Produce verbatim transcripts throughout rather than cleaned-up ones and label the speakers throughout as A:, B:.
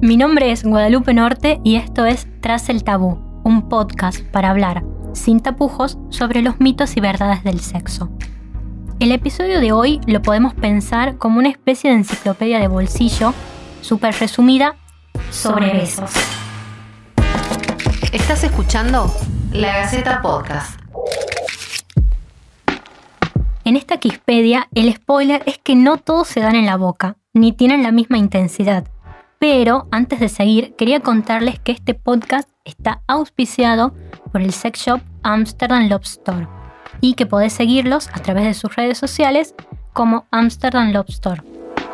A: Mi nombre es Guadalupe Norte y esto es Tras el Tabú, un podcast para hablar, sin tapujos, sobre los mitos y verdades del sexo. El episodio de hoy lo podemos pensar como una especie de enciclopedia de bolsillo, súper resumida, sobre besos.
B: Estás escuchando La Gaceta Podcast.
A: En esta Quispedia, el spoiler es que no todos se dan en la boca, ni tienen la misma intensidad. Pero, antes de seguir, quería contarles que este podcast está auspiciado por el sex shop Amsterdam Love Store y que podés seguirlos a través de sus redes sociales como Amsterdam Love Store.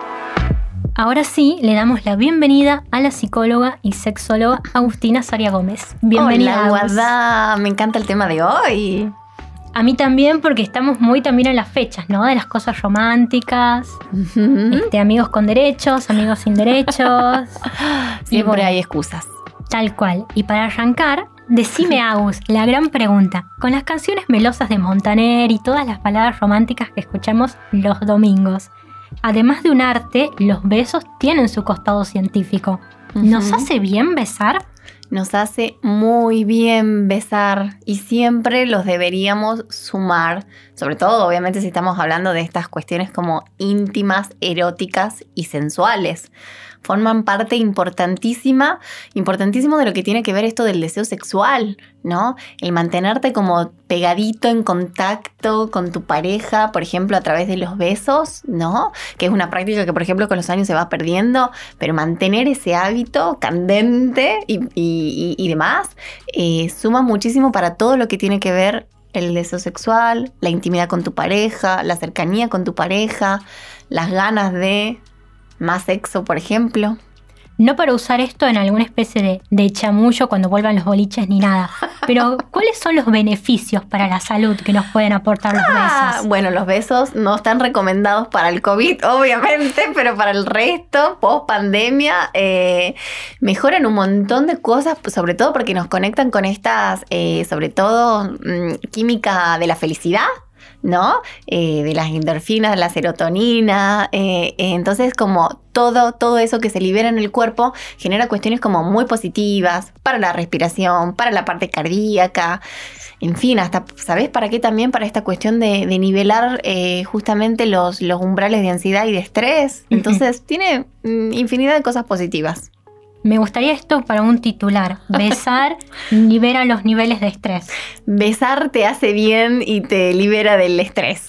A: Ahora sí, le damos la bienvenida a la psicóloga y sexóloga Agustina Saria Gómez. Bienvenida.
B: Hola, Guada. Me encanta el tema de hoy.
A: A mí también, porque estamos muy también en las fechas, ¿no? De las cosas románticas, uh-huh. este, amigos con derechos, amigos sin derechos.
B: Siempre
A: bueno,
B: hay excusas.
A: Tal cual. Y para arrancar, decime, Agus, la gran pregunta. Con las canciones melosas de Montaner y todas las palabras románticas que escuchamos los domingos, además de un arte, los besos tienen su costado científico. ¿Nos uh-huh. hace bien besar?
B: Nos hace muy bien besar y siempre los deberíamos sumar, sobre todo obviamente si estamos hablando de estas cuestiones como íntimas, eróticas y sensuales. Forman parte importantísima, importantísimo de lo que tiene que ver esto del deseo sexual, ¿no? El mantenerte como pegadito en contacto con tu pareja, por ejemplo, a través de los besos, ¿no? Que es una práctica que, por ejemplo, con los años se va perdiendo, pero mantener ese hábito candente y, y, y, y demás eh, suma muchísimo para todo lo que tiene que ver el deseo sexual, la intimidad con tu pareja, la cercanía con tu pareja, las ganas de más sexo, por ejemplo.
A: No para usar esto en alguna especie de, de chamullo cuando vuelvan los boliches ni nada, pero ¿cuáles son los beneficios para la salud que nos pueden aportar los
B: ah,
A: besos?
B: Bueno, los besos no están recomendados para el COVID, obviamente, pero para el resto, post pandemia, eh, mejoran un montón de cosas, sobre todo porque nos conectan con estas, eh, sobre todo, mmm, química de la felicidad, ¿no? Eh, de las endorfinas, de la serotonina, eh, eh, entonces como todo, todo eso que se libera en el cuerpo genera cuestiones como muy positivas para la respiración, para la parte cardíaca, en fin, hasta, ¿sabés para qué también? Para esta cuestión de, de nivelar eh, justamente los, los umbrales de ansiedad y de estrés, entonces tiene mm, infinidad de cosas positivas.
A: Me gustaría esto para un titular. Besar libera los niveles de estrés.
B: Besar te hace bien y te libera del estrés.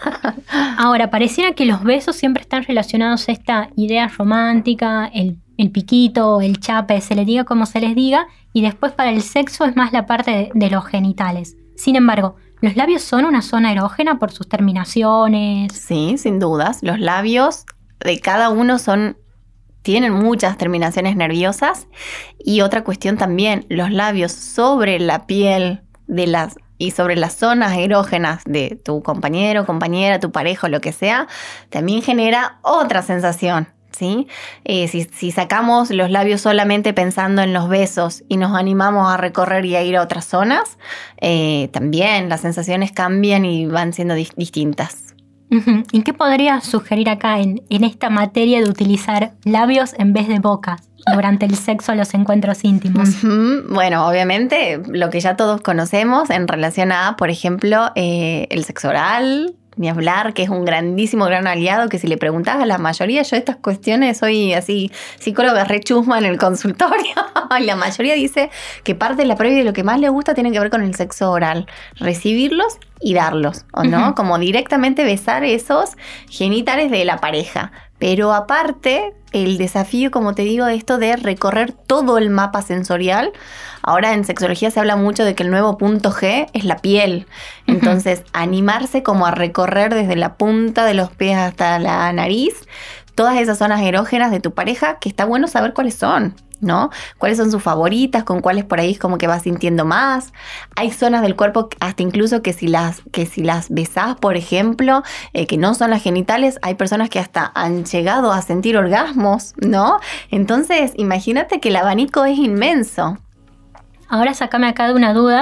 A: Ahora, pareciera que los besos siempre están relacionados a esta idea romántica, el, el piquito, el chape, se les diga como se les diga, y después para el sexo es más la parte de, de los genitales. Sin embargo, ¿los labios son una zona erógena por sus terminaciones?
B: Sí, sin dudas. Los labios de cada uno son... tienen muchas terminaciones nerviosas y otra cuestión también, los labios sobre la piel de las y sobre las zonas erógenas de tu compañero, compañera, tu pareja o lo que sea, también genera otra sensación, ¿sí? Eh, si, si sacamos los labios solamente pensando en los besos y nos animamos a recorrer y a ir a otras zonas, eh, también las sensaciones cambian y van siendo di- distintas.
A: Uh-huh. ¿Y qué podrías sugerir acá en, en esta materia de utilizar labios en vez de bocas durante el sexo o los encuentros íntimos?
B: Uh-huh. Bueno, obviamente lo que ya todos conocemos en relación a, por ejemplo, eh, el sexo oral, ni hablar, que es un grandísimo, gran aliado, que si le preguntás a la mayoría, yo estas cuestiones soy así psicóloga re chusma en el consultorio, y la mayoría dice que parte de la previa de lo que más le gusta tiene que ver con el sexo oral, recibirlos y darlos, ¿o no? Uh-huh. Como directamente besar esos genitales de la pareja. Pero aparte, el desafío, como te digo, de esto de recorrer todo el mapa sensorial. Ahora en sexología se habla mucho de que el nuevo punto G es la piel. Entonces, uh-huh. animarse como a recorrer desde la punta de los pies hasta la nariz todas esas zonas erógenas de tu pareja, que está bueno saber cuáles son, ¿no? Cuáles son sus favoritas, con cuáles por ahí es como que vas sintiendo más. Hay zonas del cuerpo hasta incluso que si las, que si las besás, por ejemplo, eh, que no son las genitales, hay personas que hasta han llegado a sentir orgasmos, ¿no? Entonces, imagínate que el abanico es inmenso.
A: Ahora sácame acá de una duda.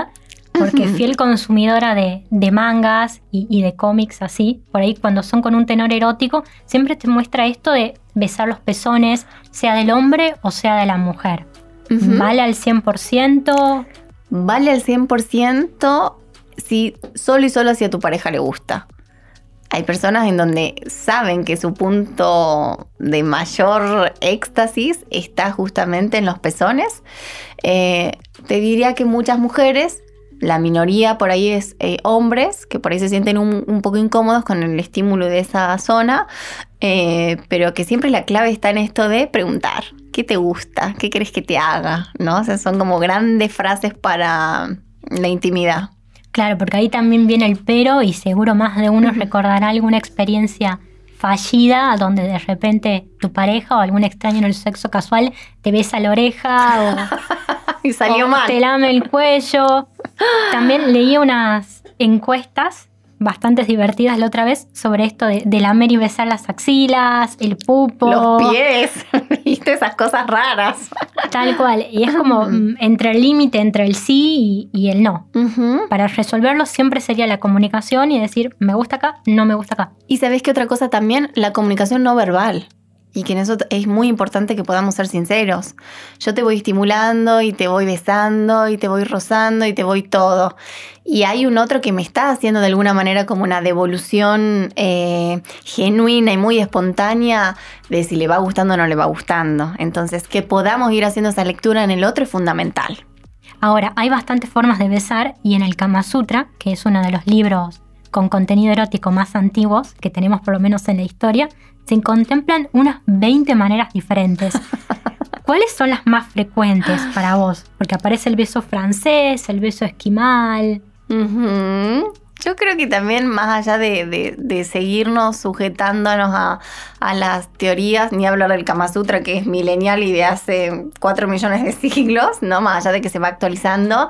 A: porque
B: Ujú.
A: fiel consumidora de, de mangas y, y de cómics así, por ahí cuando son con un tenor erótico, siempre te muestra esto de besar los pezones, sea del hombre o sea de la mujer.
B: Ujú.
A: ¿Vale al cien por ciento?
B: Vale al cien por ciento si solo y solo si a tu pareja le gusta. Hay personas en donde saben que su punto de mayor éxtasis está justamente en los pezones. Eh, te diría que muchas mujeres, la minoría por ahí es eh, hombres, que por ahí se sienten un, un poco incómodos con el estímulo de esa zona, eh, pero que siempre la clave está en esto de preguntar. ¿Qué te gusta? ¿Qué querés que te haga? ¿No? O sea, son como grandes frases para la intimidad.
A: Claro, porque ahí también viene el pero y seguro más de uno recordará alguna experiencia fallida donde de repente tu pareja o algún extraño en el sexo casual te besa la oreja o,
B: Y salió
A: o
B: mal.
A: te lame el cuello. También leí unas encuestas bastante divertidas la otra vez sobre esto de, de lamer y besar las axilas, el pupo.
B: Los pies, ¿viste? Esas cosas raras.
A: Tal cual. Y es como mm, entre el límite entre el sí y, y el no.
B: Uh-huh.
A: Para resolverlo siempre sería la comunicación y decir, me gusta acá, no me gusta acá.
B: Y ¿sabés qué otra cosa también? La comunicación no verbal. Y que en eso es muy importante que podamos ser sinceros. Yo te voy estimulando y te voy besando y te voy rozando y te voy todo. Y hay un otro que me está haciendo de alguna manera como una devolución eh, genuina y muy espontánea de si le va gustando o no le va gustando. Entonces, que podamos ir haciendo esa lectura en el otro es fundamental.
A: Ahora, hay bastantes formas de besar y en el Kama Sutra, que es uno de los libros con contenido erótico más antiguos que tenemos por lo menos en la historia, se contemplan unas veinte maneras diferentes. ¿Cuáles son las más frecuentes para vos? Porque aparece el beso francés, el beso esquimal.
B: Uh-huh. Yo creo que también más allá de, de, de seguirnos sujetándonos a, a las teorías, ni hablar del Kama Sutra que es milenial y de hace cuatro millones de siglos, ¿no? Más allá de que se va actualizando,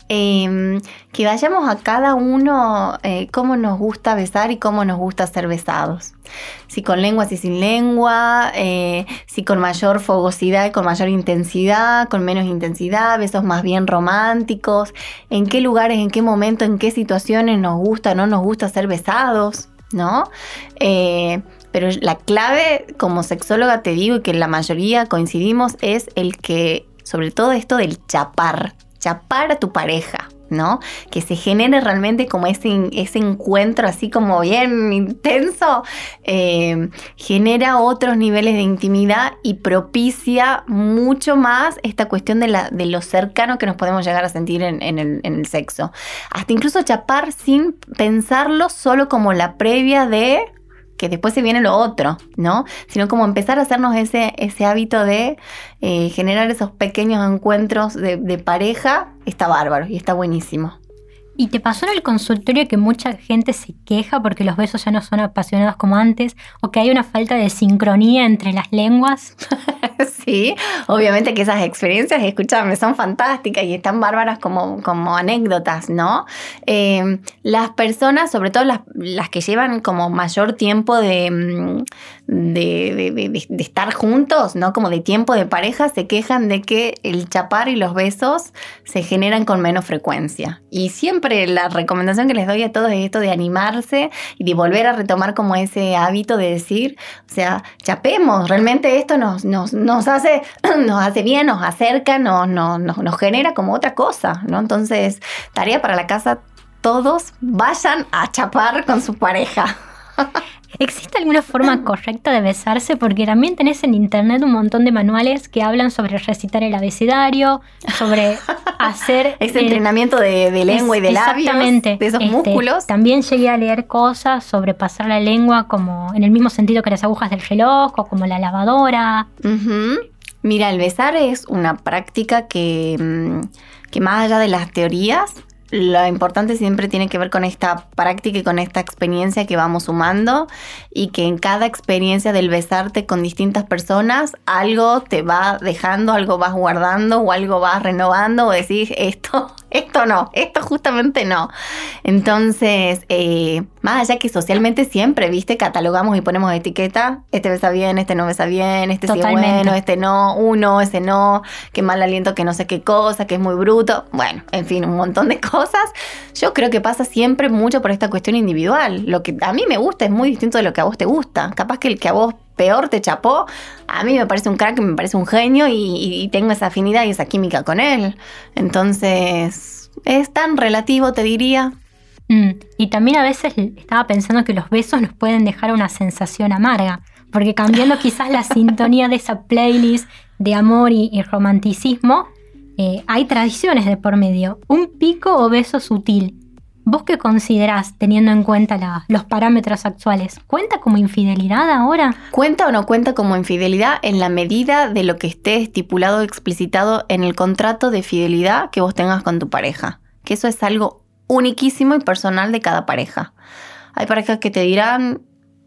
B: eh, que vayamos a cada uno eh, cómo nos gusta besar y cómo nos gusta ser besados. Si con lengua, si sin lengua, eh, si con mayor fogosidad y con mayor intensidad, con menos intensidad, besos más bien románticos, en qué lugares, en qué momento, en qué situaciones nos gusta o no nos gusta ser besados, ¿no? Eh, pero la clave, como sexóloga te digo, y que la mayoría coincidimos, es el que, sobre todo esto del chapar, chapar a tu pareja, ¿no? Que se genere realmente como ese, ese encuentro así como bien intenso, eh, genera otros niveles de intimidad y propicia mucho más esta cuestión de, la, de lo cercano que nos podemos llegar a sentir en, en, el, en el sexo. Hasta incluso chapar sin pensarlo, solo como la previa de que después se viene lo otro, ¿no? Sino como empezar a hacernos ese, ese hábito de eh, generar esos pequeños encuentros de, de pareja, está bárbaro y está buenísimo.
A: ¿Y te pasó en el consultorio que mucha gente se queja porque los besos ya no son apasionados como antes o que hay una falta de sincronía entre las lenguas?
B: Sí, obviamente que esas experiencias, escúchame, son fantásticas y están bárbaras como, como anécdotas, ¿no? Eh, las personas, sobre todo las, las que llevan como mayor tiempo de, de, de, de, de estar juntos, ¿no? Como de tiempo de pareja, se quejan de que el chapar y los besos se generan con menos frecuencia. Y siempre la recomendación que les doy a todos es esto de animarse y de volver a retomar como ese hábito de decir, o sea, chapemos, realmente esto nos, nos, nos, hace, nos hace bien, nos acerca, nos, nos, nos, nos genera como otra cosa, ¿no? Entonces, tarea para la casa, todos vayan a chapar con su pareja.
A: ¿Existe alguna forma correcta de besarse? Porque también tenés en internet un montón de manuales que hablan sobre recitar el abecedario, sobre hacer...
B: Ese
A: el,
B: entrenamiento de, de lengua
A: es,
B: y de labios, de esos
A: este,
B: músculos.
A: También llegué a leer cosas sobre pasar la lengua como en el mismo sentido que las agujas del reloj o como la lavadora.
B: Uh-huh. Mira, el besar es una práctica que, que más allá de las teorías, lo importante siempre tiene que ver con esta práctica y con esta experiencia que vamos sumando y que en cada experiencia del besarte con distintas personas algo te va dejando, algo vas guardando o algo vas renovando o decís esto, esto no, esto justamente no. Entonces, eh, más allá que socialmente siempre, viste, catalogamos y ponemos etiqueta, este besa bien, este no besa bien, este
A: Totalmente.
B: sí es bueno, este no, uno, ese no, qué mal aliento, que no sé qué cosa, que es muy bruto, bueno, en fin, un montón de cosas. Yo creo que pasa siempre mucho por esta cuestión individual. Lo que a mí me gusta es muy distinto de lo que a vos te gusta. Capaz que el que a vos peor te chapó, a mí me parece un crack, me parece un genio y, y tengo esa afinidad y esa química con él. Entonces, es tan relativo, te diría.
A: Mm, y también a veces estaba pensando que los besos nos pueden dejar una sensación amarga, porque cambiando quizás la sintonía de esa playlist de amor y, y romanticismo, eh, hay tradiciones de por medio. Un pico o beso sutil. ¿Vos qué considerás, teniendo en cuenta la, los parámetros actuales? ¿Cuenta como infidelidad ahora?
B: ¿Cuenta o no cuenta como infidelidad en la medida de lo que esté estipulado o explicitado en el contrato de fidelidad que vos tengas con tu pareja? Que eso es algo uniquísimo y personal de cada pareja. Hay parejas que te dirán,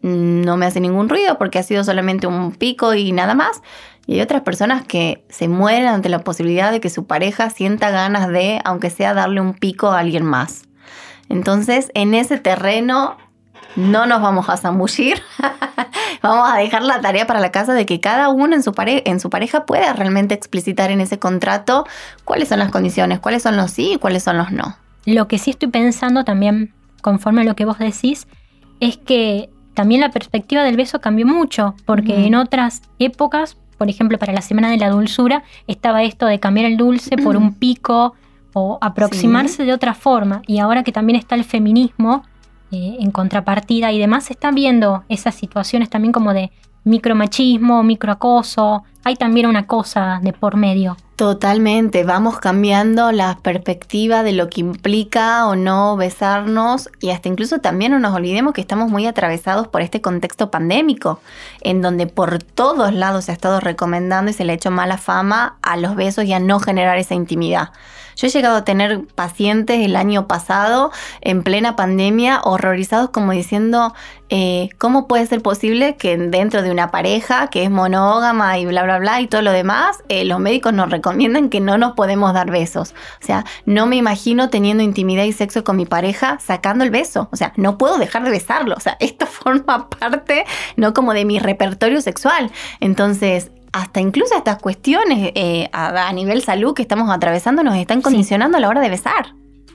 B: no me hace ningún ruido porque ha sido solamente un pico y nada más. Y hay otras personas que se mueren ante la posibilidad de que su pareja sienta ganas de, aunque sea, darle un pico a alguien más. Entonces, en ese terreno no nos vamos a zambullir. Vamos a dejar la tarea para la casa de que cada uno en su, pare- en su pareja pueda realmente explicitar en ese contrato cuáles son las condiciones, cuáles son los sí y cuáles son los no.
A: Lo que sí estoy pensando también, conforme a lo que vos decís, es que también la perspectiva del beso cambió mucho, porque uh-huh. en otras épocas, por ejemplo, para la Semana de la Dulzura, estaba esto de cambiar el dulce uh-huh. por un pico o aproximarse sí. de otra forma. Y ahora que también está el feminismo eh, en contrapartida y demás, se están viendo esas situaciones también como de micromachismo, microacoso. Hay también una cosa de por medio.
B: Totalmente, vamos cambiando la perspectiva de lo que implica o no besarnos y hasta incluso también no nos olvidemos que estamos muy atravesados por este contexto pandémico, en donde por todos lados se ha estado recomendando y se le ha hecho mala fama a los besos y a no generar esa intimidad. Yo he llegado a tener pacientes el año pasado, en plena pandemia, horrorizados como diciendo, eh, ¿cómo puede ser posible que dentro de una pareja que es monógama y bla, bla, bla y todo lo demás, eh, los médicos nos recomiendan que no nos podemos dar besos? O sea, no me imagino teniendo intimidad y sexo con mi pareja sacando el beso. O sea, no puedo dejar de besarlo. O sea, esto forma parte, no como de mi repertorio sexual. Entonces, hasta incluso estas cuestiones eh, a, a nivel salud que estamos atravesando nos están condicionando sí. a la hora de besar.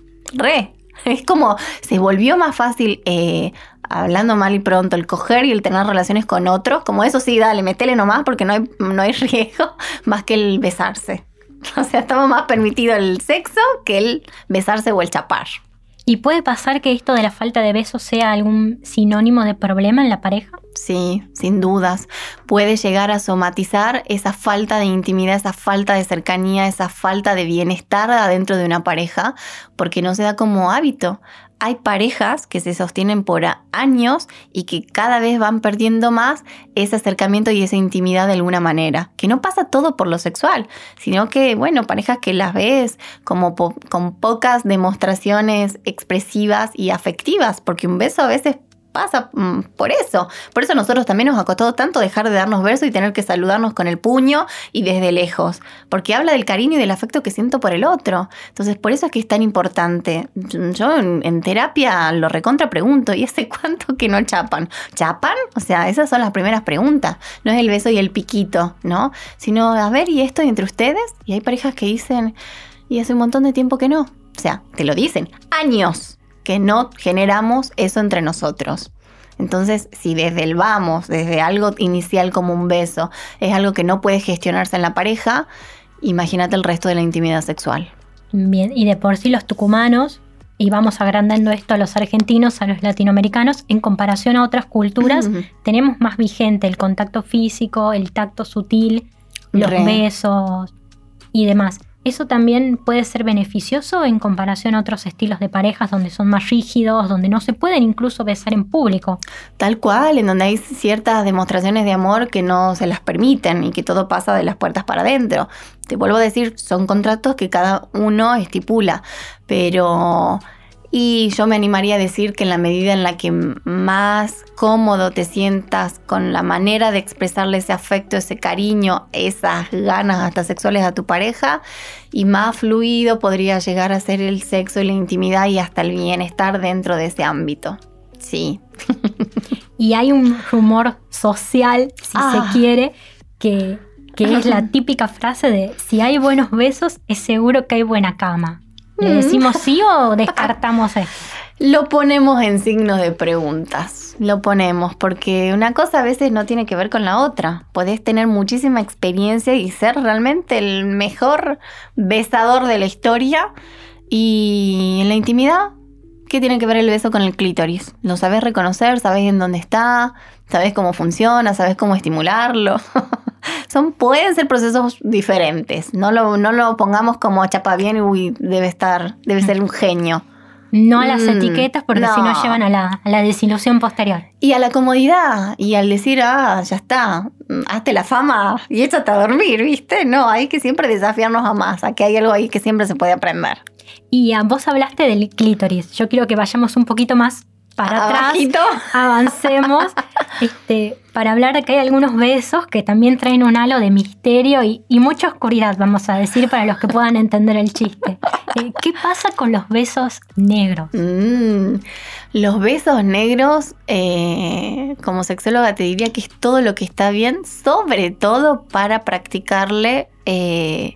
B: Re. Es como se volvió más fácil, eh, hablando mal y pronto, el coger y el tener relaciones con otros. Como eso sí, dale, metele nomás porque no hay, no hay riesgo, más que el besarse. O sea, estamos más permitido el sexo que el besarse o el chapar.
A: ¿Y puede pasar que esto de la falta de besos sea algún sinónimo de problema en la pareja?
B: Sí, sin dudas. Puede llegar a somatizar esa falta de intimidad, esa falta de cercanía, esa falta de bienestar adentro de una pareja, porque no se da como hábito. Hay parejas que se sostienen por años y que cada vez van perdiendo más ese acercamiento y esa intimidad de alguna manera. Que no pasa todo por lo sexual, sino que, bueno, parejas que las ves como po- con pocas demostraciones expresivas y afectivas, porque un beso a veces pasa mm, por eso. Por eso a nosotros también nos ha costado tanto dejar de darnos besos y tener que saludarnos con el puño y desde lejos. Porque habla del cariño y del afecto que siento por el otro. Entonces, por eso es que es tan importante. Yo en, en terapia lo recontra pregunto, ¿y hace cuánto que no chapan? ¿Chapan? O sea, esas son las primeras preguntas. No es el beso y el piquito, ¿no? Sino, a ver, ¿y esto entre ustedes? Y hay parejas que dicen, y hace un montón de tiempo que no. O sea, te lo dicen, años que no generamos eso entre nosotros. Entonces, si desde el vamos, desde algo inicial como un beso, es algo que no puede gestionarse en la pareja, imagínate el resto de la intimidad sexual.
A: Bien, y de por sí los tucumanos, y vamos agrandando esto a los argentinos, a los latinoamericanos, en comparación a otras culturas, uh-huh. tenemos más vigente el contacto físico, el tacto sutil, los Re. besos y demás. ¿Eso también puede ser beneficioso en comparación a otros estilos de parejas donde son más rígidos, donde no se pueden incluso besar en público?
B: Tal cual, en donde hay ciertas demostraciones de amor que no se las permiten y que todo pasa de las puertas para adentro. Te vuelvo a decir, son contratos que cada uno estipula, pero Y yo me animaría a decir que en la medida en la que más cómodo te sientas con la manera de expresarle ese afecto, ese cariño, esas ganas hasta sexuales a tu pareja, y más fluido podría llegar a ser el sexo y la intimidad y hasta el bienestar dentro de ese ámbito. Sí.
A: Y hay un rumor social, si ah. se quiere, que, que es la típica frase de si hay buenos besos, es seguro que hay buena cama. ¿Le decimos sí o descartamos esto?
B: Lo ponemos en signos de preguntas. Lo ponemos porque una cosa a veces no tiene que ver con la otra. Podés tener muchísima experiencia y ser realmente el mejor besador de la historia. Y en la intimidad, ¿qué tiene que ver el beso con el clítoris? ¿Lo sabés reconocer? ¿Sabés en dónde está? ¿Sabés cómo funciona? ¿Sabés cómo estimularlo? Son, pueden ser procesos diferentes. No lo, no lo pongamos como chapa bien y uy, debe estar, debe ser un genio.
A: No a las mm, etiquetas porque no. si no llevan a la, a la desilusión posterior.
B: Y a la comodidad. Y al decir, ah, ya está, hazte la fama y échate a dormir, ¿viste? No, hay que siempre desafiarnos a más. A que hay algo ahí que siempre se puede aprender.
A: Y a vos hablaste del clítoris. Yo quiero que vayamos un poquito más para
B: Abajito.
A: atrás, avancemos, este, para hablar de que hay algunos besos que también traen un halo de misterio y, y mucha oscuridad, vamos a decir, para los que puedan entender el chiste. Eh, ¿Qué pasa con los besos negros?
B: Mm, los besos negros, eh, como sexóloga te diría que es todo lo que está bien, sobre todo para practicarle eh,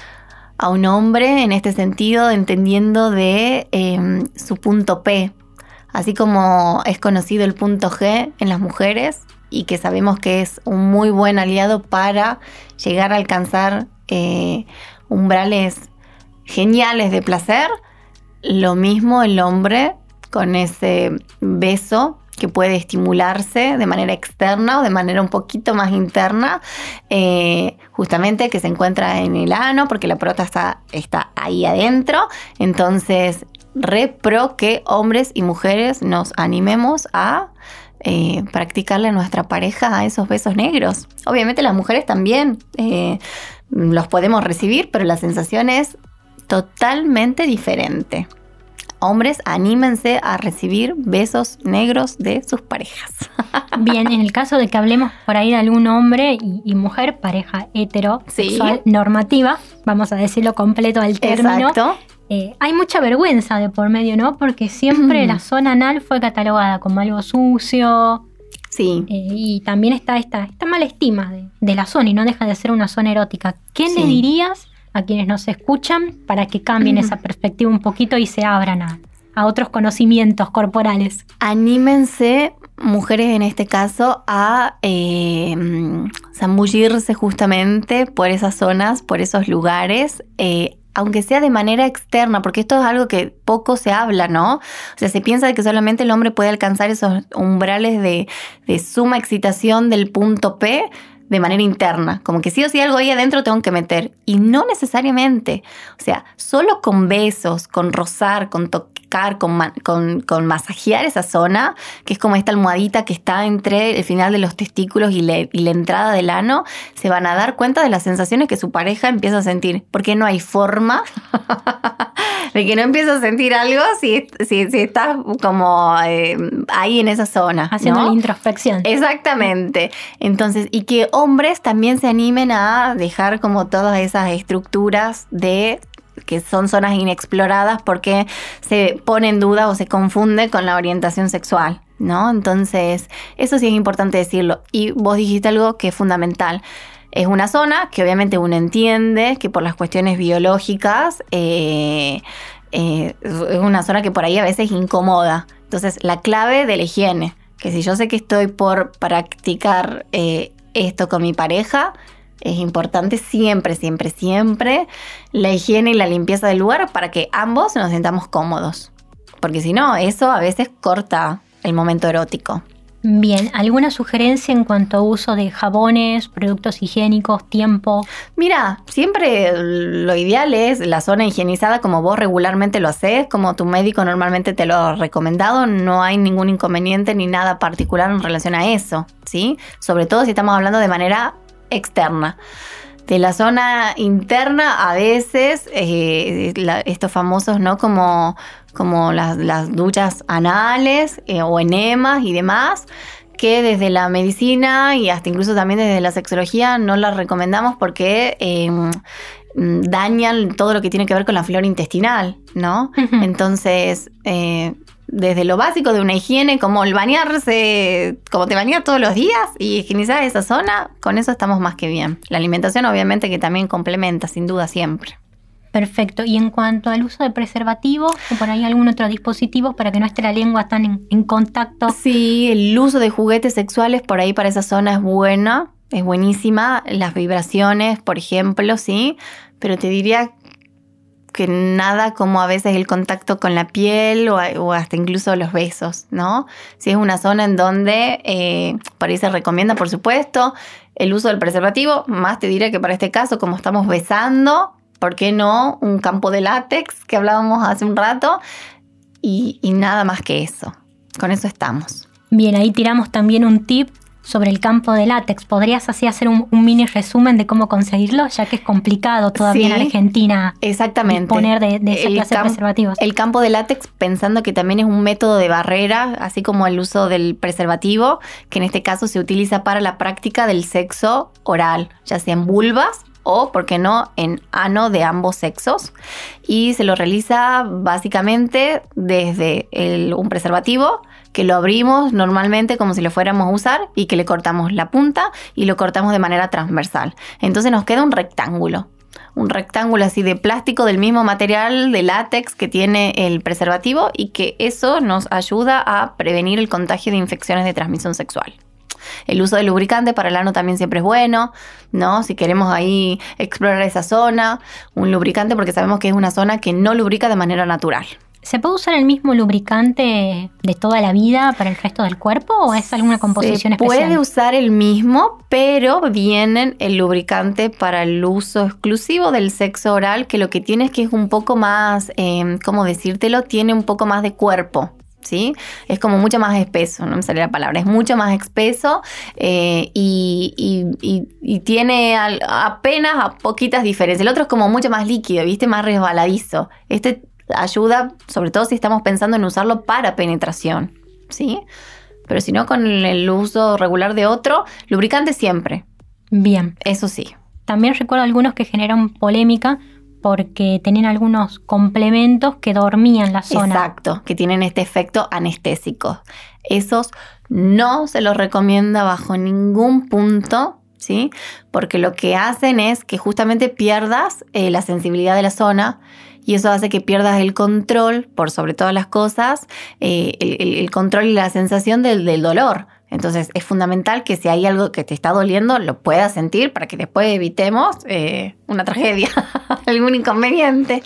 B: a un hombre en este sentido, entendiendo de eh, su punto P. Así como es conocido el punto G en las mujeres y que sabemos que es un muy buen aliado para llegar a alcanzar eh, umbrales geniales de placer, lo mismo el hombre con ese beso que puede estimularse de manera externa o de manera un poquito más interna, eh, justamente que se encuentra en el ano porque la próstata está, está ahí adentro. Entonces, re pro que hombres y mujeres nos animemos a eh, practicarle a nuestra pareja a esos besos negros. Obviamente las mujeres también eh, los podemos recibir, pero la sensación es totalmente diferente. Hombres, anímense a recibir besos negros de sus parejas.
A: Bien, en el caso de que hablemos por ahí de algún hombre y, y mujer, pareja heterosexual, sí, normativa, vamos a decirlo completo al término.
B: Exacto.
A: Eh, hay mucha vergüenza de por medio, ¿no? Porque siempre mm. la zona anal fue catalogada como algo sucio.
B: Sí.
A: Eh, y también está esta, esta mala estima de, de la zona y no deja de ser una zona erótica. ¿Qué sí. le dirías a quienes nos escuchan para que cambien mm. esa perspectiva un poquito y se abran a, a otros conocimientos corporales?
B: Anímense, mujeres en este caso, a eh, zambullirse justamente por esas zonas, por esos lugares, eh, aunque sea de manera externa, porque esto es algo que poco se habla, ¿no? O sea, se piensa de que solamente el hombre puede alcanzar esos umbrales de, de suma excitación del punto P de manera interna, como que sí o sí algo ahí adentro tengo que meter, y no necesariamente. O sea, solo con besos, con rozar, con tocar, con, ma- con, con masajear esa zona, que es como esta almohadita que está entre el final de los testículos y, le, y la entrada del ano, se van a dar cuenta de las sensaciones que su pareja empieza a sentir, porque no hay forma de que no empieza a sentir algo si, si, si estás como eh, ahí en esa zona,
A: haciendo, ¿no?,
B: la
A: introspección.
B: Exactamente. Entonces, y que hombres también se animen a dejar como todas esas estructuras de que son zonas inexploradas porque se pone en duda o se confunde con la orientación sexual, ¿no? Entonces, eso sí es importante decirlo. Y vos dijiste algo que es fundamental. Es una zona que obviamente uno entiende que por las cuestiones biológicas eh, eh, es una zona que por ahí a veces incomoda. Entonces, la clave de la higiene, que si yo sé que estoy por practicar eh, esto con mi pareja, es importante siempre, siempre, siempre la higiene y la limpieza del lugar para que ambos nos sintamos cómodos. Porque si no, eso a veces corta el momento erótico.
A: Bien, ¿alguna sugerencia en cuanto a uso de jabones, productos higiénicos, tiempo?
B: Mira, siempre lo ideal es la zona higienizada como vos regularmente lo haces, como tu médico normalmente te lo ha recomendado. No hay ningún inconveniente ni nada particular en relación a eso, ¿sí? Sobre todo si estamos hablando de manera externa. De la zona interna, a veces, eh, la, estos famosos, ¿no? Como, como las, las duchas anales eh, o enemas y demás, que desde la medicina y hasta incluso también desde la sexología no las recomendamos porque eh, dañan todo lo que tiene que ver con la flora intestinal, ¿no? Uh-huh. Entonces, eh, desde lo básico de una higiene, como el bañarse, como te bañas todos los días y higienizar esa zona, con eso estamos más que bien. La alimentación obviamente que también complementa, sin duda, siempre.
A: Perfecto. Y en cuanto al uso de preservativos, o por ahí algún otro dispositivo para que no esté la lengua tan en, en contacto.
B: Sí, el uso de juguetes sexuales por ahí para esa zona es buena, es buenísima. Las vibraciones, por ejemplo, sí, pero te diría que nada como a veces el contacto con la piel o, o hasta incluso los besos, ¿no? Si es una zona en donde eh, por ahí se recomienda, por supuesto, el uso del preservativo, más te diría que para este caso, como estamos besando, ¿por qué no un campo de látex que hablábamos hace un rato? Y, y nada más que eso. Con eso estamos.
A: Bien, ahí tiramos también un tip sobre el campo de látex. ¿Podrías así hacer un, un mini resumen de cómo conseguirlo? Ya que es complicado todavía sí, en Argentina
B: exactamente.
A: disponer de, de esa clase de preservativos.
B: El campo de látex, pensando que también es un método de barrera, así como el uso del preservativo, que en este caso se utiliza para la práctica del sexo oral, ya sea en vulvas o, ¿por qué no?, en ano de ambos sexos. Y se lo realiza básicamente desde el, un preservativo que lo abrimos normalmente como si lo fuéramos a usar y que le cortamos la punta y lo cortamos de manera transversal. Entonces nos queda un rectángulo. Un rectángulo así de plástico del mismo material de látex que tiene el preservativo y que eso nos ayuda a prevenir el contagio de infecciones de transmisión sexual. El uso de lubricante para el ano también siempre es bueno, ¿no? Si queremos ahí explorar esa zona, un lubricante porque sabemos que es una zona que no lubrica de manera natural.
A: ¿Se puede usar el mismo lubricante de toda la vida para el resto del cuerpo o es alguna composición especial?
B: Se puede usar el mismo, pero viene el lubricante para el uso exclusivo del sexo oral, que lo que tiene es que es un poco más, eh, ¿cómo decírtelo? Tiene un poco más de cuerpo. ¿Sí? Es como mucho más espeso, no me sale la palabra, es mucho más espeso eh, y, y, y, y tiene al, apenas a poquitas diferencias. El otro es como mucho más líquido, ¿viste? Más resbaladizo. Este ayuda, sobre todo si estamos pensando en usarlo para penetración, ¿sí? Pero si no, con el uso regular de otro, lubricante siempre.
A: Bien.
B: Eso sí.
A: También recuerdo algunos que generan polémica porque tenían algunos complementos que dormían la zona.
B: Exacto, que tienen este efecto anestésico. Esos no se los recomienda bajo ningún punto, ¿sí? Porque lo que hacen es que justamente pierdas eh, la sensibilidad de la zona y eso hace que pierdas el control, por sobre todas las cosas, eh, el, el control y la sensación del, del dolor. Entonces es fundamental que si hay algo que te está doliendo, lo puedas sentir para que después evitemos eh, una tragedia, algún inconveniente.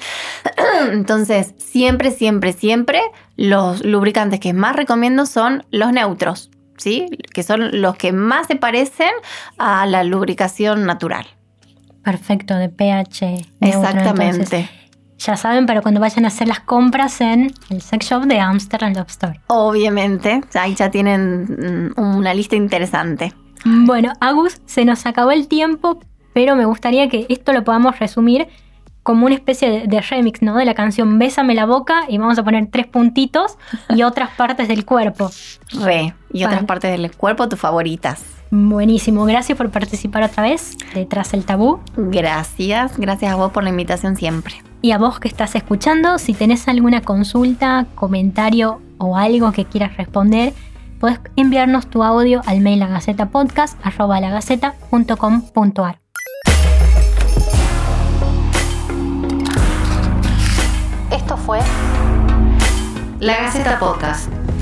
B: Entonces siempre, siempre, siempre los lubricantes que más recomiendo son los neutros, ¿sí? Que son los que más se parecen a la lubricación natural.
A: Perfecto, de pH neutro.
B: Exactamente.
A: Entonces, ya saben, para cuando vayan a hacer las compras en el sex shop de Amsterdam Love Store.
B: Obviamente, ahí ya tienen una lista interesante.
A: Bueno, Agus, se nos acabó el tiempo, pero me gustaría que esto lo podamos resumir como una especie de, de remix, ¿no? De la canción Bésame la boca y vamos a poner tres puntitos y otras partes del cuerpo.
B: Re, y vale. Otras partes del cuerpo, tus favoritas.
A: Buenísimo, gracias por participar otra vez de Tras el Tabú.
B: Gracias, gracias a vos por la invitación siempre.
A: Y a vos que estás escuchando, si tenés alguna consulta, comentario o algo que quieras responder, podés enviarnos tu audio al mail lagazetapodcast arroba lagaceta punto com punto ar.
B: Esto fue La Gaceta Podcast.